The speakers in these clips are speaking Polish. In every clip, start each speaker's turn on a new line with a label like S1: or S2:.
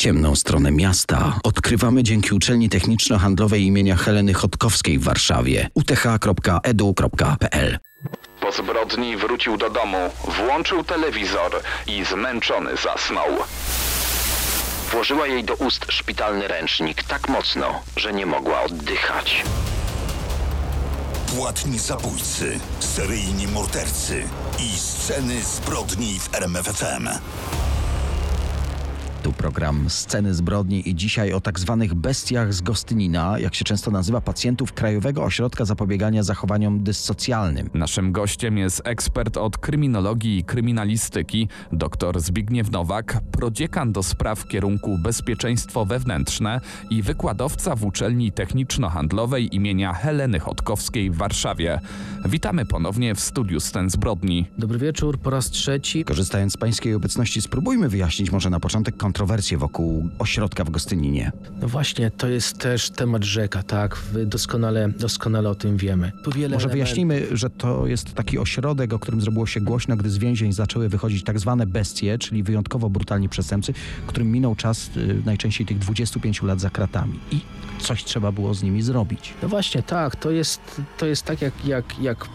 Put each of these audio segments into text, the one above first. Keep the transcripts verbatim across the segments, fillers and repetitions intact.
S1: Ciemną stronę miasta odkrywamy dzięki Uczelni Techniczno-Handlowej imienia Heleny Chodkowskiej w Warszawie. u t h kropka e d u kropka p l.
S2: Po zbrodni wrócił do domu, włączył telewizor i zmęczony zasnął. Włożyła jej do ust szpitalny ręcznik tak mocno, że nie mogła oddychać.
S3: Płatni zabójcy, seryjni mordercy i sceny zbrodni w R M F F M.
S1: Tu program Sceny Zbrodni i dzisiaj o tak zwanych bestiach z Gostynina, jak się często nazywa, pacjentów Krajowego Ośrodka Zapobiegania Zachowaniom Dyssocjalnym.
S4: Naszym gościem jest ekspert od kryminologii i kryminalistyki, dr Zbigniew Nowak, prodziekan do spraw kierunku bezpieczeństwo wewnętrzne i wykładowca w Uczelni Techniczno-Handlowej imienia Heleny Chodkowskiej w Warszawie. Witamy ponownie w studiu Scen Zbrodni.
S5: Dobry wieczór, po raz trzeci.
S1: Korzystając z pańskiej obecności, spróbujmy wyjaśnić może na początek kontrowersje wokół ośrodka w Gostyninie.
S5: No właśnie, to jest też temat rzeka, tak? Wy doskonale, doskonale o tym wiemy. Tu wiele
S1: Może
S5: element...
S1: wyjaśnijmy, że to jest taki ośrodek, o którym zrobiło się głośno, gdy z więzień zaczęły wychodzić tak zwane bestie, czyli wyjątkowo brutalni przestępcy, którym minął czas y, najczęściej tych dwudziestu pięciu lat za kratami. I coś trzeba było z nimi zrobić.
S5: No właśnie, tak. To jest, to jest tak, jak, jak, jak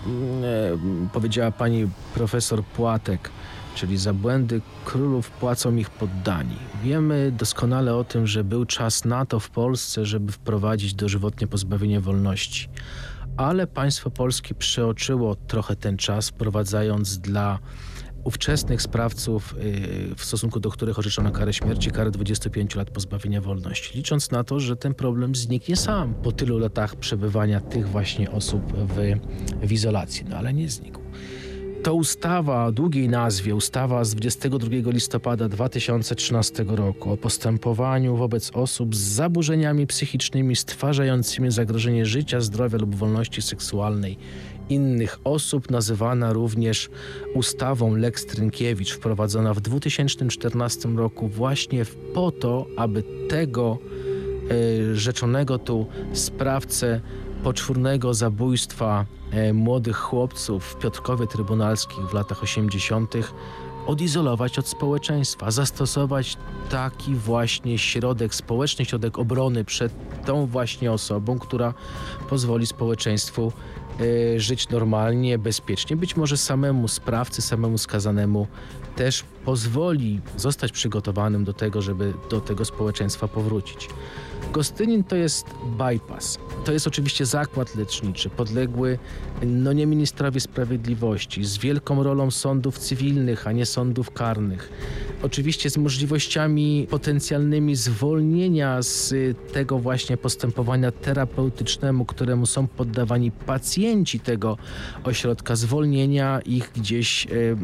S5: e, powiedziała pani profesor Płatek, czyli za błędy królów płacą ich poddani. Wiemy doskonale o tym, że był czas na to w Polsce, żeby wprowadzić dożywotnie pozbawienie wolności. Ale państwo polskie przeoczyło trochę ten czas, wprowadzając dla ówczesnych sprawców, yy, w stosunku do których orzeczono karę śmierci, karę dwudziestu pięciu lat pozbawienia wolności. Licząc na to, że ten problem zniknie sam po tylu latach przebywania tych właśnie osób w, w izolacji. No ale nie znikł. To ustawa o długiej nazwie, ustawa z dwudziestego drugiego listopada dwa tysiące trzynastego roku o postępowaniu wobec osób z zaburzeniami psychicznymi stwarzającymi zagrożenie życia, zdrowia lub wolności seksualnej innych osób, nazywana również ustawą Lex Trynkiewicz, wprowadzona w dwa tysiące czternastym roku właśnie po to, aby tego e, rzeczonego tu sprawcę poczwórnego zabójstwa e, młodych chłopców w Piotrkowie Trybunalskich w latach osiemdziesiątych odizolować od społeczeństwa, zastosować taki właśnie środek, społeczny środek obrony przed tą właśnie osobą, która pozwoli społeczeństwu e, żyć normalnie, bezpiecznie. Być może samemu sprawcy, samemu skazanemu też pozwoli zostać przygotowanym do tego, żeby do tego społeczeństwa powrócić. Gostynin to jest bypass. To jest oczywiście zakład leczniczy, podległy no nie ministrowi sprawiedliwości, z wielką rolą sądów cywilnych, a nie sądów karnych. Oczywiście z możliwościami potencjalnymi zwolnienia z tego właśnie postępowania terapeutycznemu, któremu są poddawani pacjenci tego ośrodka, zwolnienia ich gdzieś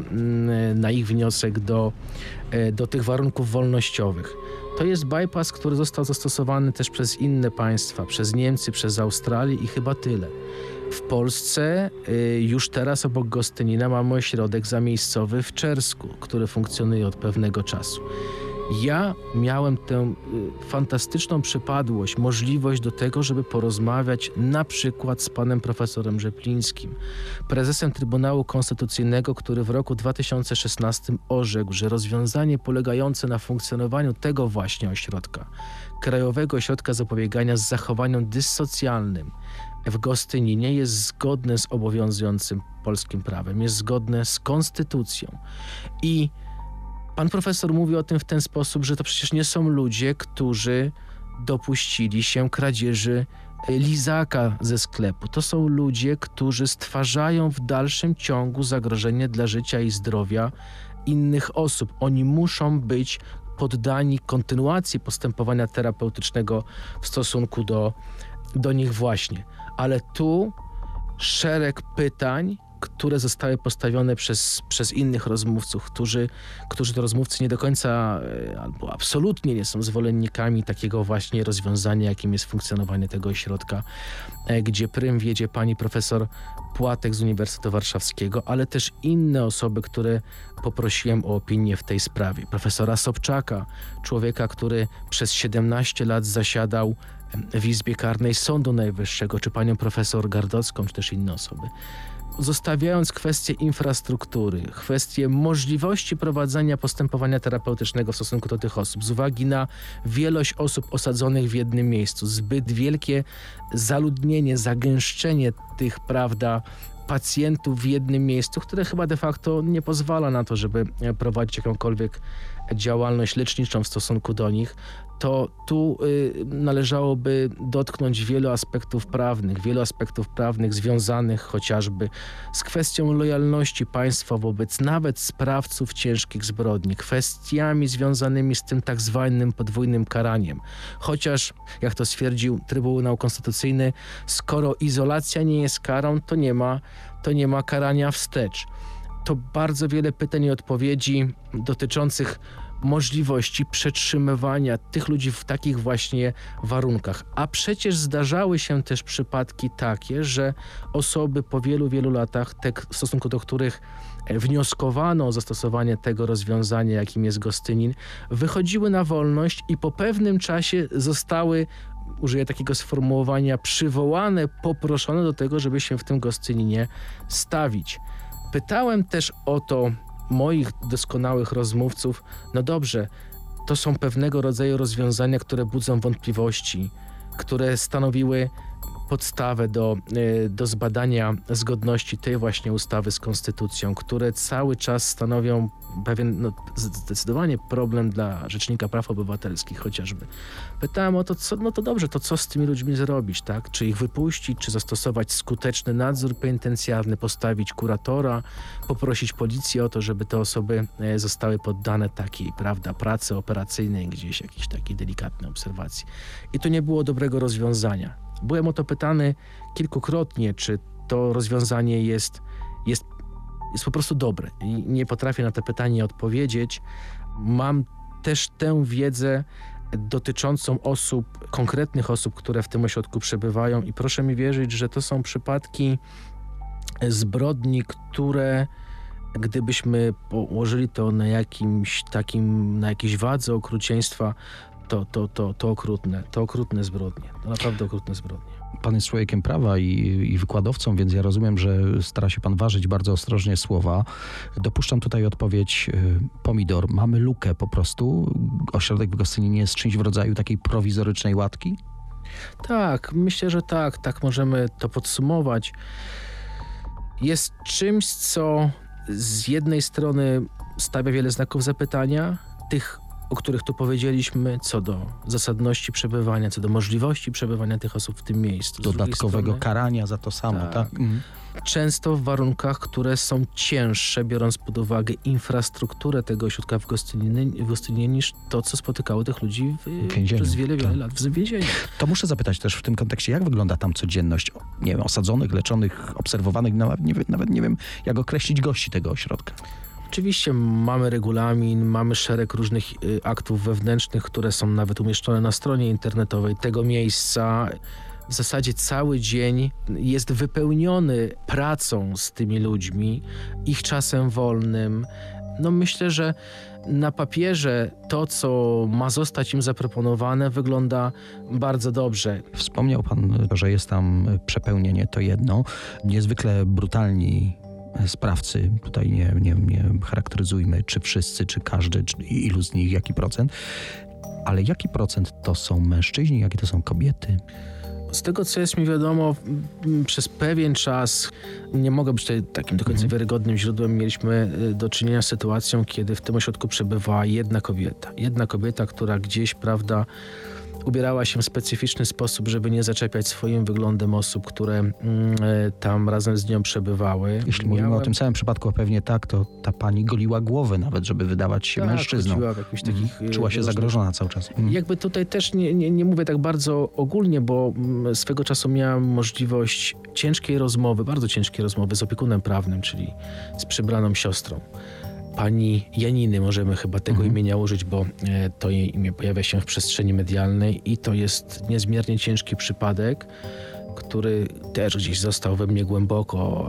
S5: na ich wniosek do, do tych warunków wolnościowych. To jest bypass, który został zastosowany też przez inne państwa, przez Niemcy, przez Australię i chyba tyle. W Polsce y, już teraz obok Gostynina mamy ośrodek zamiejscowy w Czersku, który funkcjonuje od pewnego czasu. Ja miałem tę y, fantastyczną przypadłość, możliwość do tego, żeby porozmawiać na przykład z panem profesorem Rzeplińskim, prezesem Trybunału Konstytucyjnego, który w roku dwa tysiące szesnastym orzekł, że rozwiązanie polegające na funkcjonowaniu tego właśnie ośrodka, Krajowego Ośrodka Zapobiegania z Zachowaniom Dyssocjalnym w Gostyninie jest zgodne z obowiązującym polskim prawem, jest zgodne z konstytucją. I pan profesor mówi o tym w ten sposób, że to przecież nie są ludzie, którzy dopuścili się kradzieży lizaka ze sklepu. To są ludzie, którzy stwarzają w dalszym ciągu zagrożenie dla życia i zdrowia innych osób. Oni muszą być poddani kontynuacji postępowania terapeutycznego w stosunku do, do nich właśnie. Ale tu szereg pytań, które zostały postawione przez, przez innych rozmówców, którzy, którzy to rozmówcy nie do końca albo absolutnie nie są zwolennikami takiego właśnie rozwiązania, jakim jest funkcjonowanie tego ośrodka, gdzie prym wiedzie pani profesor Płatek z Uniwersytetu Warszawskiego, ale też inne osoby, które poprosiłem o opinię w tej sprawie. Profesora Sobczaka, człowieka, który przez siedemnaście lat zasiadał w Izbie Karnej Sądu Najwyższego, czy panią profesor Gardocką, czy też inne osoby. zostawiając kwestię infrastruktury, kwestię możliwości prowadzenia postępowania terapeutycznego w stosunku do tych osób, z uwagi na wielość osób osadzonych w jednym miejscu, zbyt wielkie zaludnienie, zagęszczenie tych, prawda, pacjentów w jednym miejscu, które chyba de facto nie pozwala na to, żeby prowadzić jakąkolwiek działalność leczniczą w stosunku do nich, to tu y, należałoby dotknąć wielu aspektów prawnych, wielu aspektów prawnych związanych chociażby z kwestią lojalności państwa wobec nawet sprawców ciężkich zbrodni, kwestiami związanymi z tym tak zwanym podwójnym karaniem. Chociaż, jak to stwierdził Trybunał Konstytucyjny, skoro izolacja nie jest karą, to nie ma, to nie ma karania wstecz. To bardzo wiele pytań i odpowiedzi dotyczących możliwości przetrzymywania tych ludzi w takich właśnie warunkach. A przecież zdarzały się też przypadki takie, że osoby po wielu, wielu latach, te, w stosunku do których wnioskowano o zastosowanie tego rozwiązania, jakim jest Gostynin, wychodziły na wolność i po pewnym czasie zostały, użyję takiego sformułowania, przywołane, poproszone do tego, żeby się w tym Gostyninie stawić. Pytałem też o to moich doskonałych rozmówców, no dobrze, to są pewnego rodzaju rozwiązania, które budzą wątpliwości, które stanowiły podstawę do, do zbadania zgodności tej właśnie ustawy z konstytucją, które cały czas stanowią pewien, no, zdecydowanie problem dla Rzecznika Praw Obywatelskich chociażby. Pytałem o to, co, no to dobrze, to co z tymi ludźmi zrobić, tak? Czy ich wypuścić, czy zastosować skuteczny nadzór penitencjarny, postawić kuratora, poprosić policję o to, żeby te osoby zostały poddane takiej, prawda, pracy operacyjnej, gdzieś jakiejś takiej delikatnej obserwacji. I to nie było dobrego rozwiązania. Byłem o to pytany kilkukrotnie, czy to rozwiązanie jest, jest, jest po prostu dobre. I nie potrafię na to pytanie odpowiedzieć. Mam też tę wiedzę dotyczącą osób, konkretnych osób, które w tym ośrodku przebywają i proszę mi wierzyć, że to są przypadki zbrodni, które gdybyśmy położyli to na jakimś takim, na jakiejś wadze okrucieństwa, To, to, to, to okrutne, to okrutne zbrodnie, to naprawdę okrutne zbrodnie.
S1: Pan jest człowiekiem prawa i, i wykładowcą, więc ja rozumiem, że stara się pan ważyć bardzo ostrożnie słowa. Dopuszczam tutaj odpowiedź y, pomidor. Mamy lukę po prostu. Ośrodek w Gostyninie jest czymś w rodzaju takiej prowizorycznej łatki?
S5: Tak, myślę, że tak, tak możemy to podsumować. Jest czymś, co z jednej strony stawia wiele znaków zapytania, tych o których tu powiedzieliśmy, co do zasadności przebywania, co do możliwości przebywania tych osób w tym miejscu.
S1: Dodatkowego strony, karania za to samo, tak? tak? Mhm.
S5: Często w warunkach, które są cięższe, biorąc pod uwagę infrastrukturę tego ośrodka w Gostyninie, w Gostyninie niż to, co spotykało tych ludzi w, przez wiele, wiele tak. lat w więzieniu.
S1: To muszę zapytać też w tym kontekście, jak wygląda tam codzienność, nie wiem, osadzonych, leczonych, obserwowanych, nawet nie, nawet nie wiem, jak określić gości tego ośrodka.
S5: Oczywiście mamy regulamin, mamy szereg różnych y, aktów wewnętrznych, które są nawet umieszczone na stronie internetowej tego miejsca. W zasadzie cały dzień jest wypełniony pracą z tymi ludźmi, ich czasem wolnym. No myślę, że na papierze to, co ma zostać im zaproponowane, wygląda bardzo dobrze.
S1: Wspomniał pan, że jest tam przepełnienie, to jedno. Niezwykle brutalni sprawcy, tutaj nie, nie, nie charakteryzujmy, czy wszyscy, czy każdy, czy ilu z nich, jaki procent, ale jaki procent to są mężczyźni, jakie to są kobiety?
S5: Z tego, co jest mi wiadomo, przez pewien czas, nie mogę być tutaj takim do końca mhm. wiarygodnym źródłem, mieliśmy do czynienia z sytuacją, kiedy w tym ośrodku przebywała jedna kobieta. Jedna kobieta, która gdzieś, prawda, ubierała się w specyficzny sposób, żeby nie zaczepiać swoim wyglądem osób, które mm, tam razem z nią przebywały.
S1: Jeśli Miałem... mówimy o tym samym przypadku, a pewnie tak, to ta pani goliła głowę nawet, żeby wydawać się
S5: tak,
S1: mężczyzną.
S5: W jakichś takich,
S1: mm. Czuła się różnych... zagrożona cały czas. Mm.
S5: Jakby tutaj też nie, nie, nie mówię tak bardzo ogólnie, bo swego czasu miałem możliwość ciężkiej rozmowy, bardzo ciężkiej rozmowy z opiekunem prawnym, czyli z przybraną siostrą. Pani Janiny, możemy chyba tego mhm. imienia użyć, bo e, to jej imię pojawia się w przestrzeni medialnej i to jest niezmiernie ciężki przypadek, który też gdzieś został we mnie głęboko.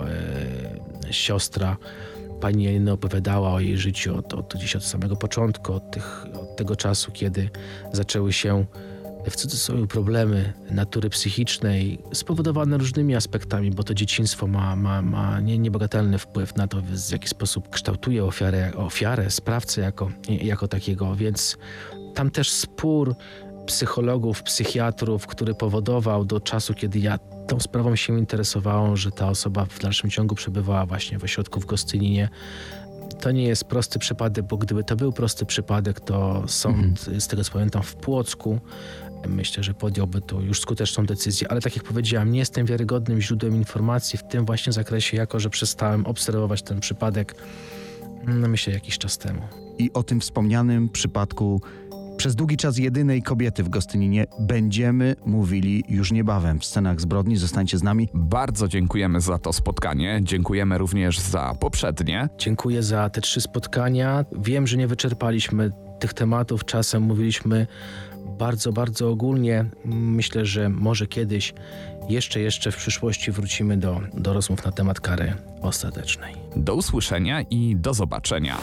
S5: E, siostra pani Janiny opowiadała o jej życiu od, od, gdzieś od samego początku, od, tych, od tego czasu, kiedy zaczęły się w cudzysłowie problemy natury psychicznej spowodowane różnymi aspektami, bo to dzieciństwo ma, ma, ma nie, niebagatelny wpływ na to, w jaki sposób kształtuje ofiarę, ofiarę sprawcę jako, jako takiego, więc tam też spór psychologów, psychiatrów, który powodował do czasu, kiedy ja tą sprawą się interesowałem, że ta osoba w dalszym ciągu przebywała właśnie w ośrodku w Gostyninie. To nie jest prosty przypadek, bo gdyby to był prosty przypadek, to sąd, mhm. z tego co pamiętam, w Płocku, myślę, że podjąłby tu już skuteczną decyzję, ale tak jak powiedziałem, nie jestem wiarygodnym źródłem informacji w tym właśnie zakresie, jako że przestałem obserwować ten przypadek, no myślę, jakiś czas temu.
S1: I o tym wspomnianym przypadku przez długi czas jedynej kobiety w Gostyninie będziemy mówili już niebawem w Scenach Zbrodni. Zostańcie z nami.
S4: Bardzo dziękujemy za to spotkanie. Dziękujemy również za poprzednie.
S5: Dziękuję za te trzy spotkania. Wiem, że nie wyczerpaliśmy tych tematów. Czasem mówiliśmy bardzo, bardzo ogólnie. Myślę, że może kiedyś, jeszcze, jeszcze w przyszłości wrócimy do, do rozmów na temat kary ostatecznej.
S4: Do usłyszenia i do zobaczenia.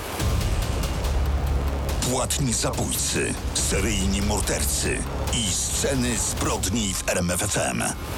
S3: Płatni zabójcy, seryjni mordercy i sceny zbrodni w R M F F M.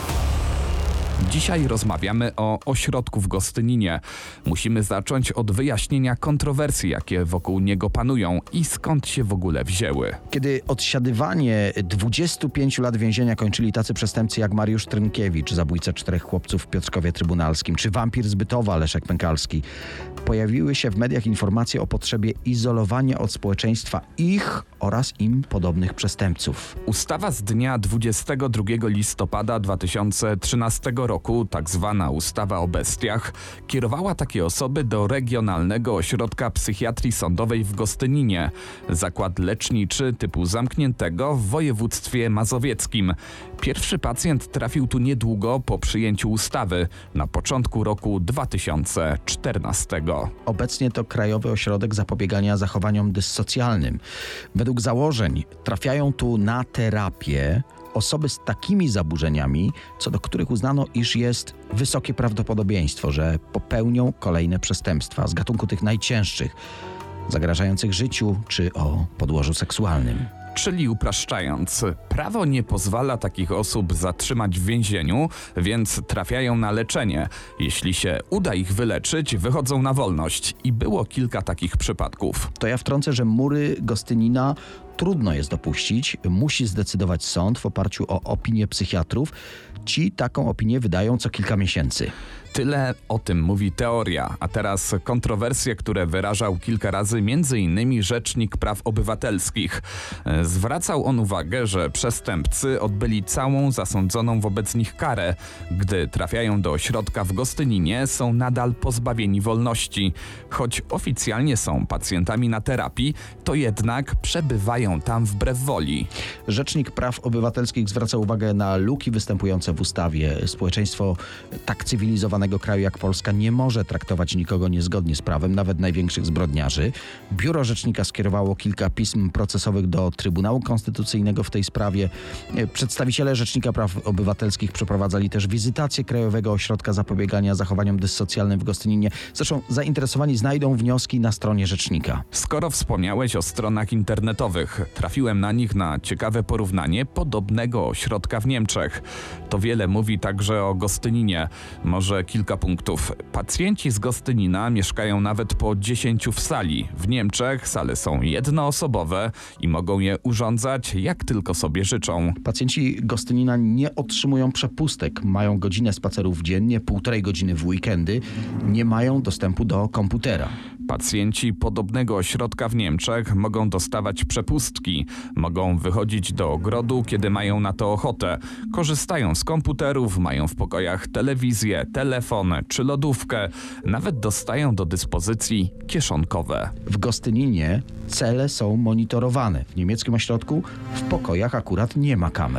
S4: Dzisiaj rozmawiamy o ośrodku w Gostyninie. Musimy zacząć od wyjaśnienia kontrowersji, jakie wokół niego panują i skąd się w ogóle wzięły.
S1: Kiedy odsiadywanie dwudziestu pięciu lat więzienia kończyli tacy przestępcy jak Mariusz Trynkiewicz, zabójca czterech chłopców w Piotrkowie Trybunalskim, czy wampir z Bytowa Leszek Pękalski, pojawiły się w mediach informacje o potrzebie izolowania od społeczeństwa ich oraz im podobnych przestępców.
S4: Ustawa z dnia dwudziestego drugiego listopada dwa tysiące trzynastego roku, tak zwana ustawa o bestiach, kierowała takie osoby do Regionalnego Ośrodka Psychiatrii Sądowej w Gostyninie, zakład leczniczy typu zamkniętego w województwie mazowieckim. Pierwszy pacjent trafił tu niedługo po przyjęciu ustawy, na początku roku dwa tysiące czternastego.
S1: Obecnie to Krajowy Ośrodek Zapobiegania Zachowaniom Dyssocjalnym. Według założeń trafiają tu na terapię osoby z takimi zaburzeniami, co do których uznano, iż jest wysokie prawdopodobieństwo, że popełnią kolejne przestępstwa z gatunku tych najcięższych, zagrażających życiu czy o podłożu seksualnym.
S4: Czyli upraszczając, prawo nie pozwala takich osób zatrzymać w więzieniu, więc trafiają na leczenie. Jeśli się uda ich wyleczyć, wychodzą na wolność i było kilka takich przypadków.
S1: To ja wtrącę, że mury Gostynina trudno jest dopuścić. Musi zdecydować sąd w oparciu o opinię psychiatrów. Ci taką opinię wydają co kilka miesięcy.
S4: Tyle o tym mówi teoria, a teraz kontrowersje, które wyrażał kilka razy między innymi Rzecznik Praw Obywatelskich. Zwracał on uwagę, że przestępcy odbyli całą zasądzoną wobec nich karę. Gdy trafiają do ośrodka w Gostyninie, są nadal pozbawieni wolności. Choć oficjalnie są pacjentami na terapii, to jednak przebywają tam wbrew woli.
S1: Rzecznik Praw Obywatelskich zwraca uwagę na luki występujące w ustawie. Społeczeństwo tak cywilizowane kraju jak Polska nie może traktować nikogo niezgodnie z prawem, nawet największych zbrodniarzy. Biuro Rzecznika skierowało kilka pism procesowych do Trybunału Konstytucyjnego w tej sprawie. Przedstawiciele Rzecznika Praw Obywatelskich przeprowadzali też wizytację Krajowego Ośrodka Zapobiegania Zachowaniom Dyssocjalnym w Gostyninie. Zresztą zainteresowani znajdą wnioski na stronie Rzecznika.
S4: Skoro wspomniałeś o stronach internetowych, trafiłem na nich na ciekawe porównanie podobnego ośrodka w Niemczech. To wiele mówi także o Gostyninie. Może kilka punktów. Pacjenci z Gostynina mieszkają nawet po dziesięciu w sali. W Niemczech sale są jednoosobowe i mogą je urządzać jak tylko sobie życzą.
S1: Pacjenci Gostynina nie otrzymują przepustek. Mają godzinę spacerów dziennie, półtorej godziny w weekendy. Nie mają dostępu do komputera.
S4: Pacjenci podobnego ośrodka w Niemczech mogą dostawać przepustki. Mogą wychodzić do ogrodu, kiedy mają na to ochotę. Korzystają z komputerów, mają w pokojach telewizję, telefon czy lodówkę. Nawet dostają do dyspozycji kieszonkowe.
S1: W Gostyninie cele są monitorowane. W niemieckim ośrodku w pokojach akurat nie ma kamer.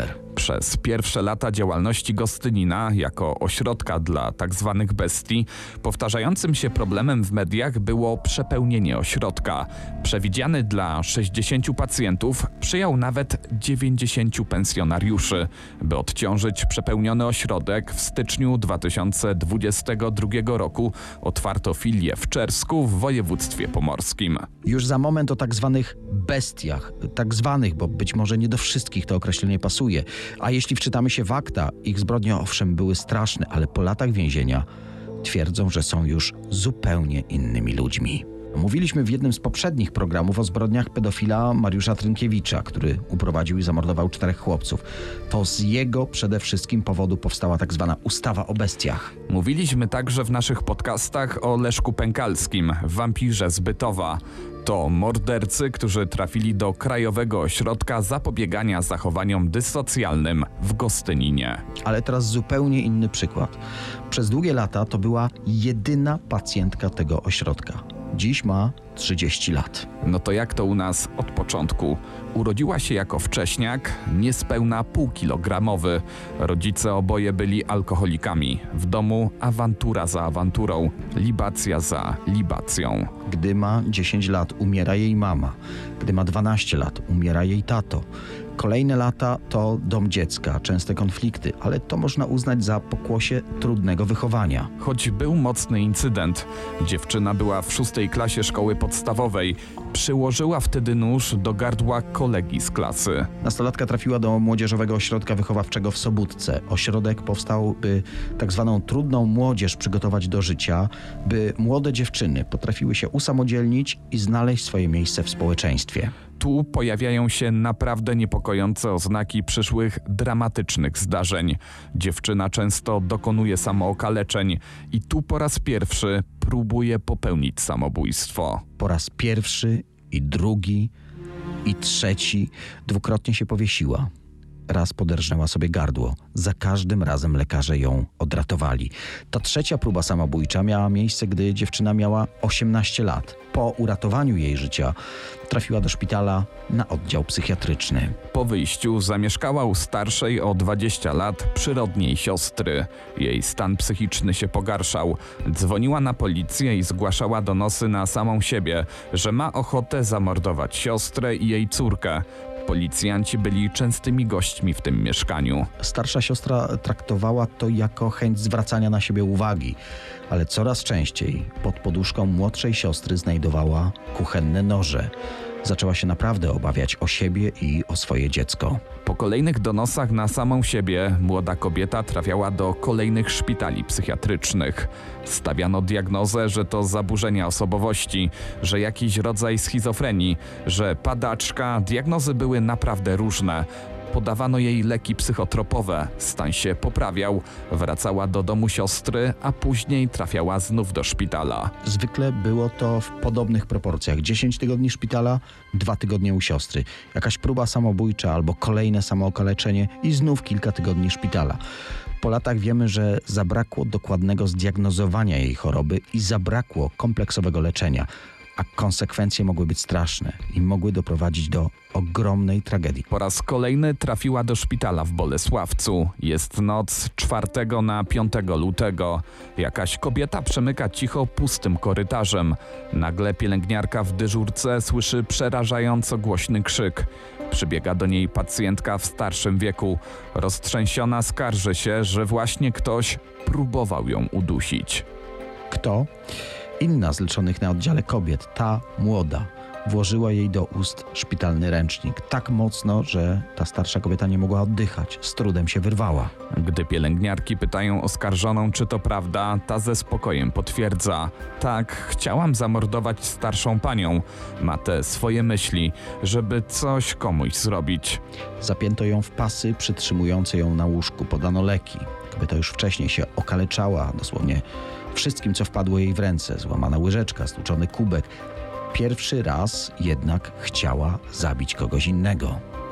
S4: Przez pierwsze lata działalności Gostynina jako ośrodka dla tzw. bestii powtarzającym się problemem w mediach było przepełnienie ośrodka. Przewidziany dla sześćdziesięciu pacjentów przyjął nawet dziewięćdziesięciu pensjonariuszy. By odciążyć przepełniony ośrodek, w styczniu dwa tysiące dwudziestego drugiego roku otwarto filię w Czersku w województwie pomorskim.
S1: Już za moment o tak zwanych bestiach, tak zwanych, bo być może nie do wszystkich to określenie pasuje. A jeśli wczytamy się w akta, ich zbrodnie owszem były straszne, ale po latach więzienia twierdzą, że są już zupełnie innymi ludźmi. Mówiliśmy w jednym z poprzednich programów o zbrodniach pedofila Mariusza Trynkiewicza, który uprowadził i zamordował czterech chłopców. To z jego przede wszystkim powodu powstała tak zwana ustawa o bestiach.
S4: Mówiliśmy także w naszych podcastach o Leszku Pękalskim, wampirze z Bytowa. To mordercy, którzy trafili do Krajowego Ośrodka Zapobiegania Zachowaniom Dysocjalnym w Gostyninie.
S1: Ale teraz zupełnie inny przykład. Przez długie lata to była jedyna pacjentka tego ośrodka. Dziś ma trzydzieści lat.
S4: No to jak to u nas od początku? Urodziła się jako wcześniak, niespełna półkilogramowy. Rodzice oboje byli alkoholikami. W domu awantura za awanturą, libacja za libacją.
S1: Gdy ma dziesięć lat, umiera jej mama. Gdy ma dwanaście lat, umiera jej tato. Kolejne lata to dom dziecka, częste konflikty, ale to można uznać za pokłosie trudnego wychowania.
S4: Choć był mocny incydent, dziewczyna była w szóstej klasie szkoły podstawowej. Przyłożyła wtedy nóż do gardła kolegi z klasy.
S1: Nastolatka trafiła do Młodzieżowego Ośrodka Wychowawczego w Sobótce. Ośrodek powstał, by tak zwaną trudną młodzież przygotować do życia, by młode dziewczyny potrafiły się usamodzielnić i znaleźć swoje miejsce w społeczeństwie.
S4: Tu pojawiają się naprawdę niepokojące oznaki przyszłych dramatycznych zdarzeń. Dziewczyna często dokonuje samookaleczeń i tu po raz pierwszy próbuje popełnić samobójstwo.
S1: Po raz pierwszy i drugi i trzeci dwukrotnie się powiesiła. Raz poderżnęła sobie gardło. Za każdym razem lekarze ją odratowali. Ta trzecia próba samobójcza miała miejsce, gdy dziewczyna miała osiemnaście lat. Po uratowaniu jej życia trafiła do szpitala na oddział psychiatryczny.
S4: Po wyjściu zamieszkała u starszej o dwadzieścia lat przyrodniej siostry. Jej stan psychiczny się pogarszał. Dzwoniła na policję i zgłaszała donosy na samą siebie, że ma ochotę zamordować siostrę i jej córkę. Policjanci byli częstymi gośćmi w tym mieszkaniu.
S1: Starsza siostra traktowała to jako chęć zwracania na siebie uwagi, ale coraz częściej pod poduszką młodszej siostry znajdowała kuchenne noże. Zaczęła się naprawdę obawiać o siebie i o swoje dziecko.
S4: Po kolejnych donosach na samą siebie młoda kobieta trafiała do kolejnych szpitali psychiatrycznych. Stawiano diagnozę, że to zaburzenia osobowości, że jakiś rodzaj schizofrenii, że padaczka. Diagnozy były naprawdę różne. Podawano jej leki psychotropowe, stan się poprawiał, wracała do domu siostry, a później trafiała znów do szpitala.
S1: Zwykle było to w podobnych proporcjach. dziesięć tygodni szpitala, dwa tygodnie u siostry. Jakaś próba samobójcza albo kolejne samookaleczenie i znów kilka tygodni szpitala. Po latach wiemy, że zabrakło dokładnego zdiagnozowania jej choroby i zabrakło kompleksowego leczenia. A konsekwencje mogły być straszne i mogły doprowadzić do ogromnej tragedii.
S4: Po raz kolejny trafiła do szpitala w Bolesławcu. Jest noc czwartego na piątego lutego. Jakaś kobieta przemyka cicho pustym korytarzem. Nagle pielęgniarka w dyżurce słyszy przerażająco głośny krzyk. Przybiega do niej pacjentka w starszym wieku. Roztrzęsiona skarży się, że właśnie ktoś próbował ją udusić.
S1: Kto? Inna z leczonych na oddziale kobiet, ta młoda, włożyła jej do ust szpitalny ręcznik tak mocno, że ta starsza kobieta nie mogła oddychać, z trudem się wyrwała.
S4: Gdy pielęgniarki pytają oskarżoną, czy to prawda, ta ze spokojem potwierdza: tak, chciałam zamordować starszą panią. Ma te swoje myśli, żeby coś komuś zrobić.
S1: Zapięto ją w pasy przytrzymujące ją na łóżku, podano leki. Kobieta już wcześniej się okaleczała, dosłownie wszystkim, co wpadło jej w ręce. Złamana łyżeczka, stłuczony kubek. Pierwszy raz jednak chciała zabić kogoś innego.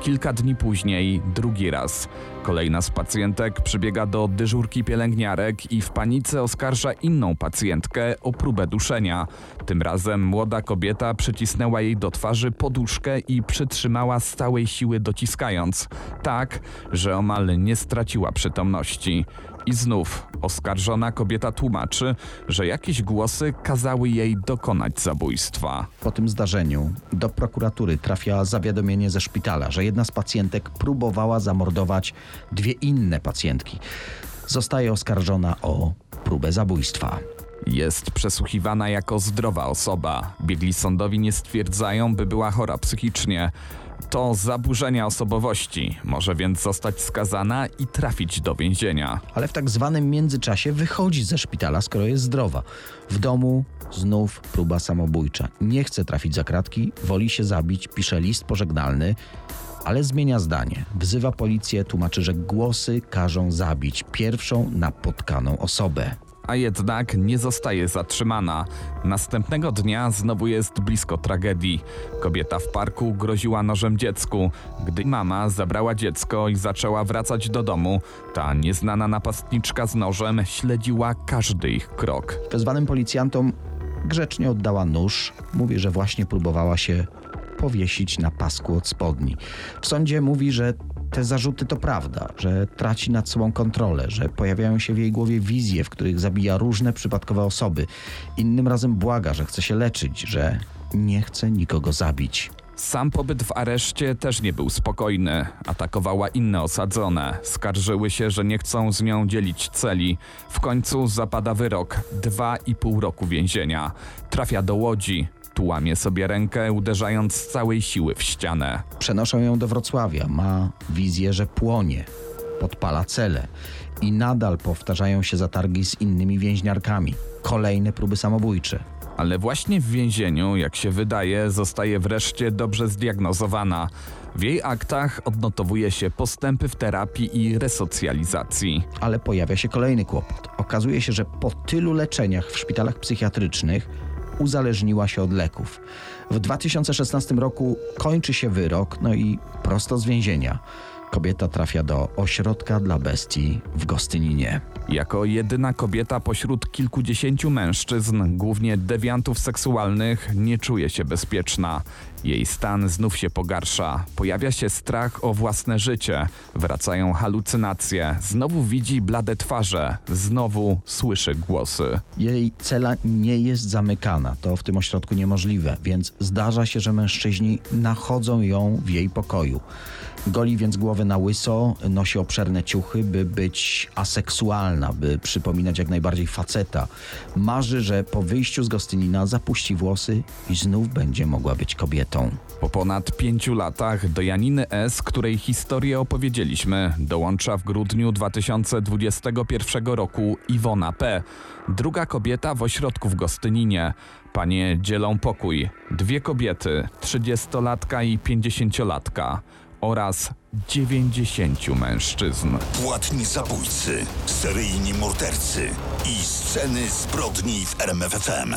S4: Kilka dni później drugi raz. Kolejna z pacjentek przybiega do dyżurki pielęgniarek i w panice oskarża inną pacjentkę o próbę duszenia. Tym razem młoda kobieta przycisnęła jej do twarzy poduszkę i przytrzymała z całej siły dociskając, tak, że omal nie straciła przytomności. I znów oskarżona kobieta tłumaczy, że jakieś głosy kazały jej dokonać zabójstwa.
S1: Po tym zdarzeniu do prokuratury trafia zawiadomienie ze szpitala, że jedna z pacjentek próbowała zamordować dwie inne pacjentki. Zostaje oskarżona o próbę zabójstwa.
S4: Jest przesłuchiwana jako zdrowa osoba. Biegli sądowi nie stwierdzają, by była chora psychicznie. To zaburzenia osobowości, może więc zostać skazana i trafić do więzienia.
S1: Ale w tak zwanym międzyczasie wychodzi ze szpitala, skoro jest zdrowa. W domu znów próba samobójcza. Nie chce trafić za kratki, woli się zabić, pisze list pożegnalny, ale zmienia zdanie. Wzywa policję, tłumaczy, że głosy każą zabić pierwszą napotkaną osobę.
S4: A jednak nie zostaje zatrzymana. Następnego dnia znowu jest blisko tragedii. Kobieta w parku groziła nożem dziecku. Gdy mama zabrała dziecko i zaczęła wracać do domu, ta nieznana napastniczka z nożem śledziła każdy ich krok.
S1: Wezwanym policjantom grzecznie oddała nóż. Mówi, że właśnie próbowała się powiesić na pasku od spodni. W sądzie mówi, że te zarzuty to prawda, że traci nad sobą kontrolę, że pojawiają się w jej głowie wizje, w których zabija różne przypadkowe osoby. Innym razem błaga, że chce się leczyć, że nie chce nikogo zabić.
S4: Sam pobyt w areszcie też nie był spokojny. Atakowała inne osadzone. Skarżyły się, że nie chcą z nią dzielić celi. W końcu zapada wyrok. Dwa i pół roku więzienia. Trafia do Łodzi. Tu łamie sobie rękę, uderzając z całej siły w ścianę.
S1: Przenoszą ją do Wrocławia. Ma wizję, że płonie. Podpala cele. I nadal powtarzają się zatargi z innymi więźniarkami. Kolejne próby samobójcze.
S4: Ale właśnie w więzieniu, jak się wydaje, zostaje wreszcie dobrze zdiagnozowana. W jej aktach odnotowuje się postępy w terapii i resocjalizacji.
S1: Ale pojawia się kolejny kłopot. Okazuje się, że po tylu leczeniach w szpitalach psychiatrycznych uzależniła się od leków. W dwa tysiące szesnastym roku kończy się wyrok, no i prosto z więzienia. Kobieta trafia do ośrodka dla bestii w Gostyninie.
S4: Jako jedyna kobieta pośród kilkudziesięciu mężczyzn, głównie dewiantów seksualnych, nie czuje się bezpieczna. Jej stan znów się pogarsza. Pojawia się strach o własne życie. Wracają halucynacje. Znowu widzi blade twarze. Znowu słyszy głosy.
S1: Jej cela nie jest zamykana. To w tym ośrodku niemożliwe, więc zdarza się, że mężczyźni nachodzą ją w jej pokoju. Goli więc głowę na łyso, nosi obszerne ciuchy, by być aseksualna, by przypominać jak najbardziej faceta. Marzy, że po wyjściu z Gostynina zapuści włosy i znów będzie mogła być kobietą.
S4: Po ponad pięciu latach do Janiny S., której historię opowiedzieliśmy, dołącza w grudniu dwa tysiące dwudziestego pierwszego roku Iwona P., druga kobieta w ośrodku w Gostyninie. Panie dzielą pokój. Dwie kobiety, trzydziestolatka i pięćdziesięciolatka. Oraz dziewięćdziesięciu mężczyzn.
S3: Płatni zabójcy, seryjni mordercy i sceny zbrodni w R M F F M.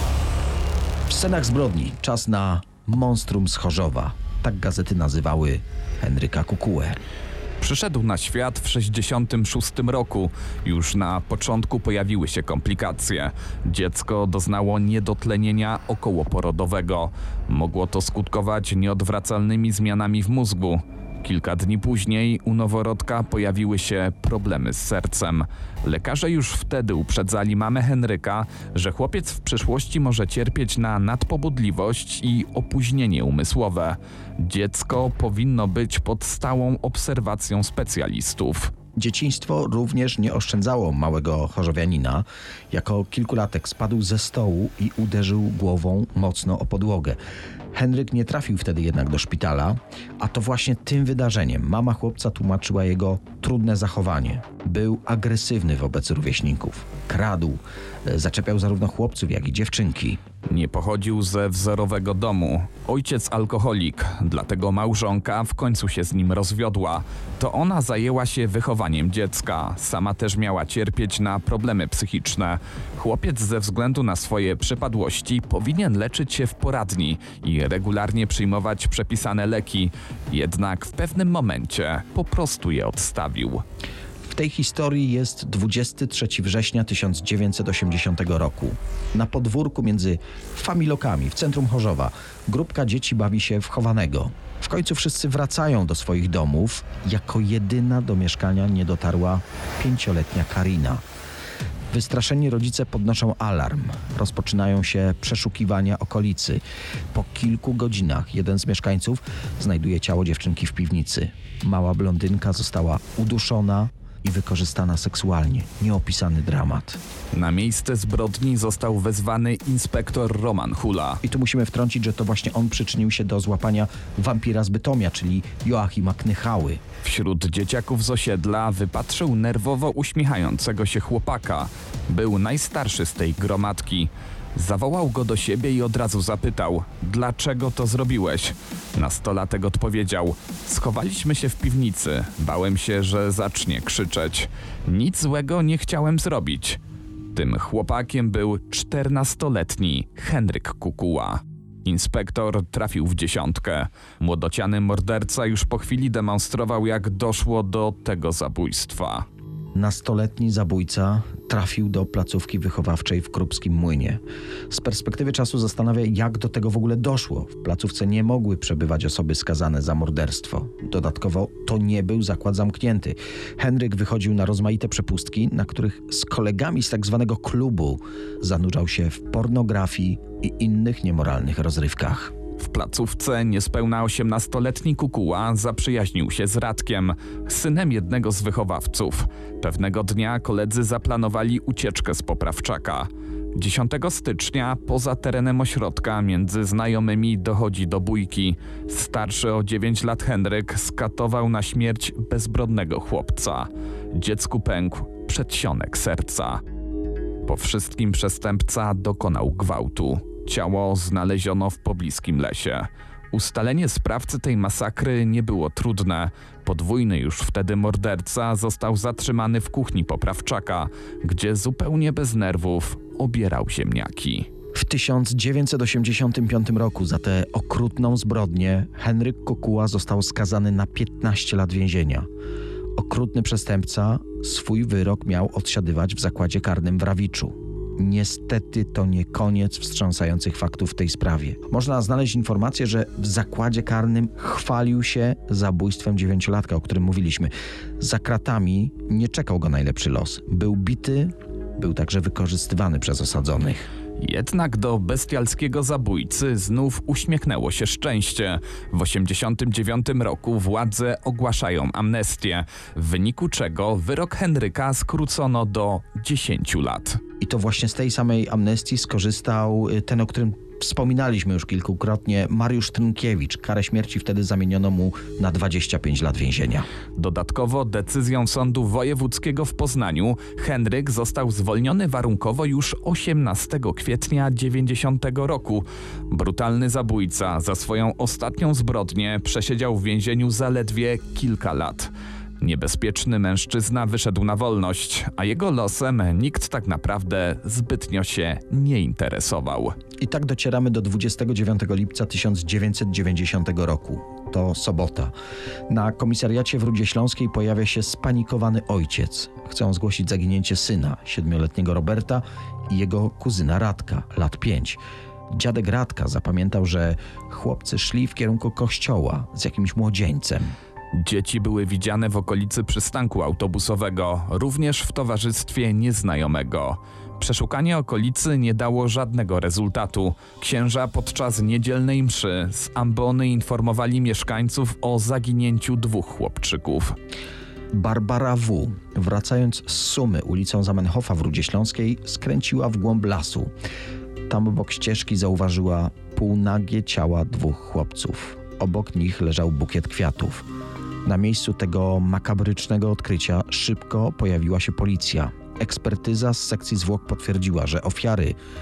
S1: W scenach zbrodni czas na monstrum z Chorzowa. Tak gazety nazywały Henryka Kukułę.
S4: Przyszedł na świat w sześćdziesiątym szóstym roku. Już na początku pojawiły się komplikacje. Dziecko doznało niedotlenienia okołoporodowego. Mogło to skutkować nieodwracalnymi zmianami w mózgu. Kilka dni później u noworodka pojawiły się problemy z sercem. Lekarze już wtedy uprzedzali mamę Henryka, że chłopiec w przyszłości może cierpieć na nadpobudliwość i opóźnienie umysłowe. Dziecko powinno być pod stałą obserwacją specjalistów.
S1: Dzieciństwo również nie oszczędzało małego chorzowianina. Jako kilkulatek spadł ze stołu i uderzył głową mocno o podłogę. Henryk nie trafił wtedy jednak do szpitala, a to właśnie tym wydarzeniem mama chłopca tłumaczyła jego trudne zachowanie. Był agresywny wobec rówieśników. Kradł, zaczepiał zarówno chłopców, jak i dziewczynki.
S4: Nie pochodził ze wzorowego domu. Ojciec alkoholik, dlatego małżonka w końcu się z nim rozwiodła. To ona zajęła się wychowaniem dziecka. Sama też miała cierpieć na problemy psychiczne. Chłopiec ze względu na swoje przypadłości powinien leczyć się w poradni i regularnie przyjmować przepisane leki. Jednak w pewnym momencie po prostu je odstawił.
S1: W tej historii jest dwudziestego trzeciego września tysiąc dziewięćset osiemdziesiątego roku. Na podwórku między Familokami w centrum Chorzowa grupka dzieci bawi się w chowanego. W końcu wszyscy wracają do swoich domów. Jako jedyna do mieszkania nie dotarła pięcioletnia Karina. Wystraszeni rodzice podnoszą alarm. Rozpoczynają się przeszukiwania okolicy. Po kilku godzinach jeden z mieszkańców znajduje ciało dziewczynki w piwnicy. Mała blondynka została uduszona i wykorzystana seksualnie. Nieopisany dramat.
S4: Na miejsce zbrodni został wezwany inspektor Roman Hula.
S1: I tu musimy wtrącić, że to właśnie on przyczynił się do złapania wampira z Bytomia, czyli Joachima Knychały.
S4: Wśród dzieciaków z osiedla wypatrzył nerwowo uśmiechającego się chłopaka. Był najstarszy z tej gromadki. Zawołał go do siebie i od razu zapytał: dlaczego to zrobiłeś? Nastolatek odpowiedział: schowaliśmy się w piwnicy. Bałem się, że zacznie krzyczeć. Nic złego nie chciałem zrobić. Tym chłopakiem był czternastoletni Henryk Kukuła. Inspektor trafił w dziesiątkę. Młodociany morderca już po chwili demonstrował, jak doszło do tego zabójstwa.
S1: Nastoletni zabójca trafił do placówki wychowawczej w Krupskim Młynie. Z perspektywy czasu zastanawia, jak do tego w ogóle doszło. W placówce nie mogły przebywać osoby skazane za morderstwo. Dodatkowo to nie był zakład zamknięty. Henryk wychodził na rozmaite przepustki, na których z kolegami z tak zwanego klubu zanurzał się w pornografii i innych niemoralnych rozrywkach.
S4: W placówce niespełna osiemnastoletni Kukuła zaprzyjaźnił się z Radkiem, synem jednego z wychowawców. Pewnego dnia koledzy zaplanowali ucieczkę z poprawczaka. dziesiątego stycznia poza terenem ośrodka między znajomymi dochodzi do bójki. Starszy o dziewięć lat Henryk skatował na śmierć bezbrodnego chłopca. Dziecku pękł przedsionek serca. Po wszystkim przestępca dokonał gwałtu. Ciało znaleziono w pobliskim lesie. Ustalenie sprawcy tej masakry nie było trudne. Podwójny już wtedy morderca został zatrzymany w kuchni poprawczaka, gdzie zupełnie bez nerwów obierał ziemniaki.
S1: W tysiąc dziewięćset osiemdziesiątym piątym roku za tę okrutną zbrodnię Henryk Kukuła został skazany na piętnaście lat więzienia. Okrutny przestępca swój wyrok miał odsiadywać w zakładzie karnym w Rawiczu. Niestety to nie koniec wstrząsających faktów w tej sprawie. Można znaleźć informację, że w zakładzie karnym chwalił się zabójstwem dziewięciolatka, o którym mówiliśmy. Za kratami nie czekał go najlepszy los. Był bity, był także wykorzystywany przez osadzonych.
S4: Jednak do bestialskiego zabójcy znów uśmiechnęło się szczęście. W osiemdziesiątym dziewiątym roku władze ogłaszają amnestię, w wyniku czego wyrok Henryka skrócono do dziesięciu lat.
S1: I to właśnie z tej samej amnestii skorzystał ten, o którym wspominaliśmy już kilkukrotnie, Mariusz Trynkiewicz. Karę śmierci wtedy zamieniono mu na dwadzieścia pięć lat więzienia.
S4: Dodatkowo decyzją Sądu Wojewódzkiego w Poznaniu Henryk został zwolniony warunkowo już osiemnastego kwietnia dziewięćdziesiątego roku. Brutalny zabójca za swoją ostatnią zbrodnię przesiedział w więzieniu zaledwie kilka lat. Niebezpieczny mężczyzna wyszedł na wolność, a jego losem nikt tak naprawdę zbytnio się nie interesował.
S1: I tak docieramy do dwudziestego dziewiątego lipca tysiąc dziewięćset dziewięćdziesiątego roku. To sobota. Na komisariacie w Rudzie Śląskiej pojawia się spanikowany ojciec. Chcą zgłosić zaginięcie syna, siedmioletniego Roberta i jego kuzyna Radka, lat pięć. Dziadek Radka zapamiętał, że chłopcy szli w kierunku kościoła z jakimś młodzieńcem.
S4: Dzieci były widziane w okolicy przystanku autobusowego, również w towarzystwie nieznajomego. Przeszukanie okolicy nie dało żadnego rezultatu. Księża podczas niedzielnej mszy z ambony informowali mieszkańców o zaginięciu dwóch chłopczyków.
S1: Barbara W., wracając z Sumy ulicą Zamenhofa w Rudzie Śląskiej, skręciła w głąb lasu. Tam obok ścieżki zauważyła półnagie ciała dwóch chłopców. Obok nich leżał bukiet kwiatów. Na miejscu tego makabrycznego odkrycia szybko pojawiła się policja. Ekspertyza z sekcji zwłok potwierdziła, że ofiary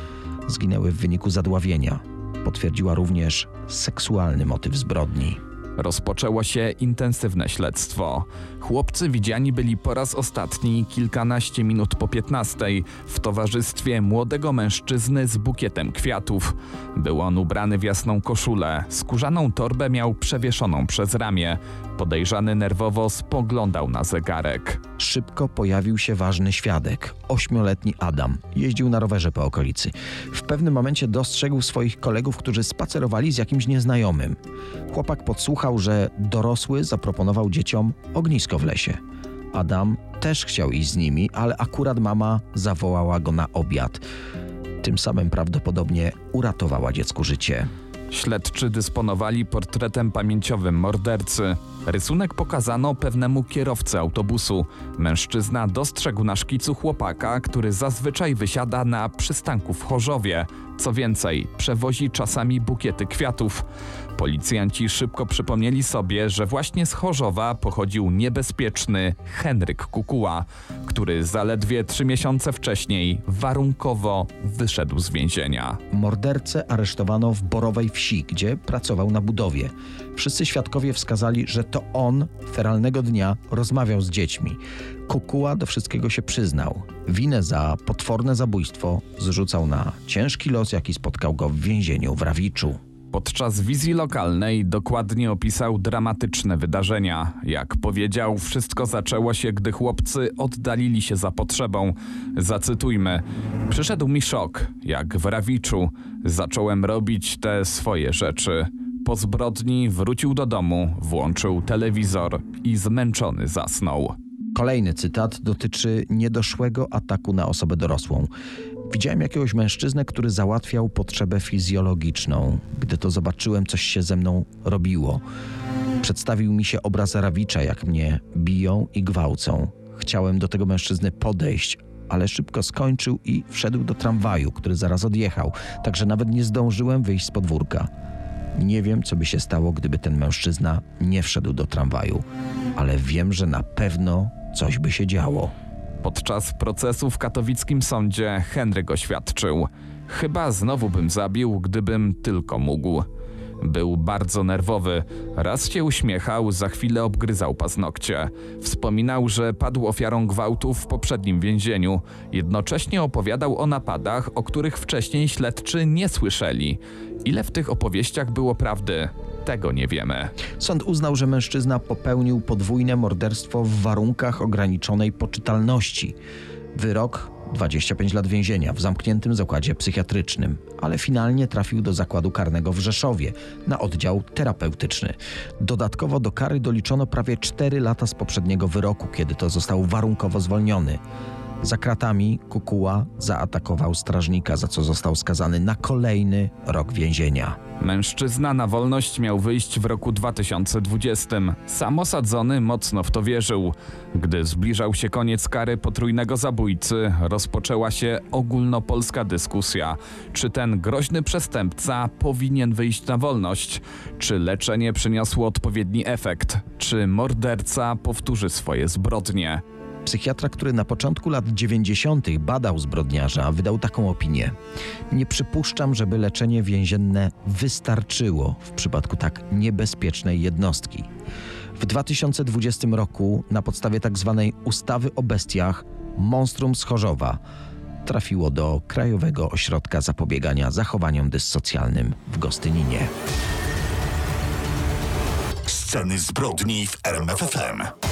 S1: zginęły w wyniku zadławienia. Potwierdziła również seksualny motyw zbrodni.
S4: Rozpoczęło się intensywne śledztwo. Chłopcy widziani byli po raz ostatni kilkanaście minut po piętnastej w towarzystwie młodego mężczyzny z bukietem kwiatów. Był on ubrany w jasną koszulę, skórzaną torbę miał przewieszoną przez ramię. Podejrzany nerwowo spoglądał na zegarek.
S1: Szybko pojawił się ważny świadek, ośmioletni Adam. Jeździł na rowerze po okolicy. W pewnym momencie dostrzegł swoich kolegów, którzy spacerowali z jakimś nieznajomym. Chłopak podsłuchał, że dorosły zaproponował dzieciom ognisko w lesie. Adam też chciał iść z nimi, ale akurat mama zawołała go na obiad. Tym samym prawdopodobnie uratowała dziecku życie.
S4: Śledczy dysponowali portretem pamięciowym mordercy. Rysunek pokazano pewnemu kierowcy autobusu. Mężczyzna dostrzegł na szkicu chłopaka, który zazwyczaj wysiada na przystanku w Chorzowie. Co więcej, przewozi czasami bukiety kwiatów. Policjanci szybko przypomnieli sobie, że właśnie z Chorzowa pochodził niebezpieczny Henryk Kukuła, który zaledwie trzy miesiące wcześniej warunkowo wyszedł z więzienia.
S1: Mordercę aresztowano w Borowej Wsi, gdzie pracował na budowie. Wszyscy świadkowie wskazali, że to on feralnego dnia rozmawiał z dziećmi. Kukuła do wszystkiego się przyznał. Winę za potworne zabójstwo zrzucał na ciężki los, jaki spotkał go w więzieniu w Rawiczu.
S4: Podczas wizji lokalnej dokładnie opisał dramatyczne wydarzenia. Jak powiedział, wszystko zaczęło się, gdy chłopcy oddalili się za potrzebą. Zacytujmy: przyszedł mi szok, jak w Rawiczu. Zacząłem robić te swoje rzeczy. Po zbrodni wrócił do domu, włączył telewizor i zmęczony zasnął.
S1: Kolejny cytat dotyczy niedoszłego ataku na osobę dorosłą. Widziałem jakiegoś mężczyznę, który załatwiał potrzebę fizjologiczną. Gdy to zobaczyłem, coś się ze mną robiło. Przedstawił mi się obraz Rawicza, jak mnie biją i gwałcą. Chciałem do tego mężczyzny podejść, ale szybko skończył i wszedł do tramwaju, który zaraz odjechał, także nawet nie zdążyłem wyjść z podwórka. Nie wiem, co by się stało, gdyby ten mężczyzna nie wszedł do tramwaju, ale wiem, że na pewno coś by się działo.
S4: Podczas procesu w katowickim sądzie Henryk oświadczył: chyba znowu bym zabił, gdybym tylko mógł. Był bardzo nerwowy. Raz się uśmiechał, za chwilę obgryzał paznokcie. Wspominał, że padł ofiarą gwałtów w poprzednim więzieniu. Jednocześnie opowiadał o napadach, o których wcześniej śledczy nie słyszeli. Ile w tych opowieściach było prawdy? Tego nie wiemy.
S1: Sąd uznał, że mężczyzna popełnił podwójne morderstwo w warunkach ograniczonej poczytalności. Wyrok: dwadzieścia pięć lat więzienia w zamkniętym zakładzie psychiatrycznym, ale finalnie trafił do zakładu karnego w Rzeszowie na oddział terapeutyczny. Dodatkowo do kary doliczono prawie cztery lata z poprzedniego wyroku, kiedy to został warunkowo zwolniony. Za kratami Kukuła zaatakował strażnika, za co został skazany na kolejny rok więzienia.
S4: Mężczyzna na wolność miał wyjść w roku dwa tysiące dwudziestym. Sam osadzony mocno w to wierzył. Gdy zbliżał się koniec kary potrójnego zabójcy, rozpoczęła się ogólnopolska dyskusja. Czy ten groźny przestępca powinien wyjść na wolność? Czy leczenie przyniosło odpowiedni efekt? Czy morderca powtórzy swoje zbrodnie?
S1: Psychiatra, który na początku lat dziewięćdziesiątych badał zbrodniarza, wydał taką opinię: nie przypuszczam, żeby leczenie więzienne wystarczyło w przypadku tak niebezpiecznej jednostki. W dwa tysiące dwudziestym roku na podstawie tzw. ustawy o bestiach monstrum z Chorzowa trafiło do Krajowego Ośrodka Zapobiegania Zachowaniom Dyssocjalnym w Gostyninie.
S3: Sceny zbrodni w R M F F M.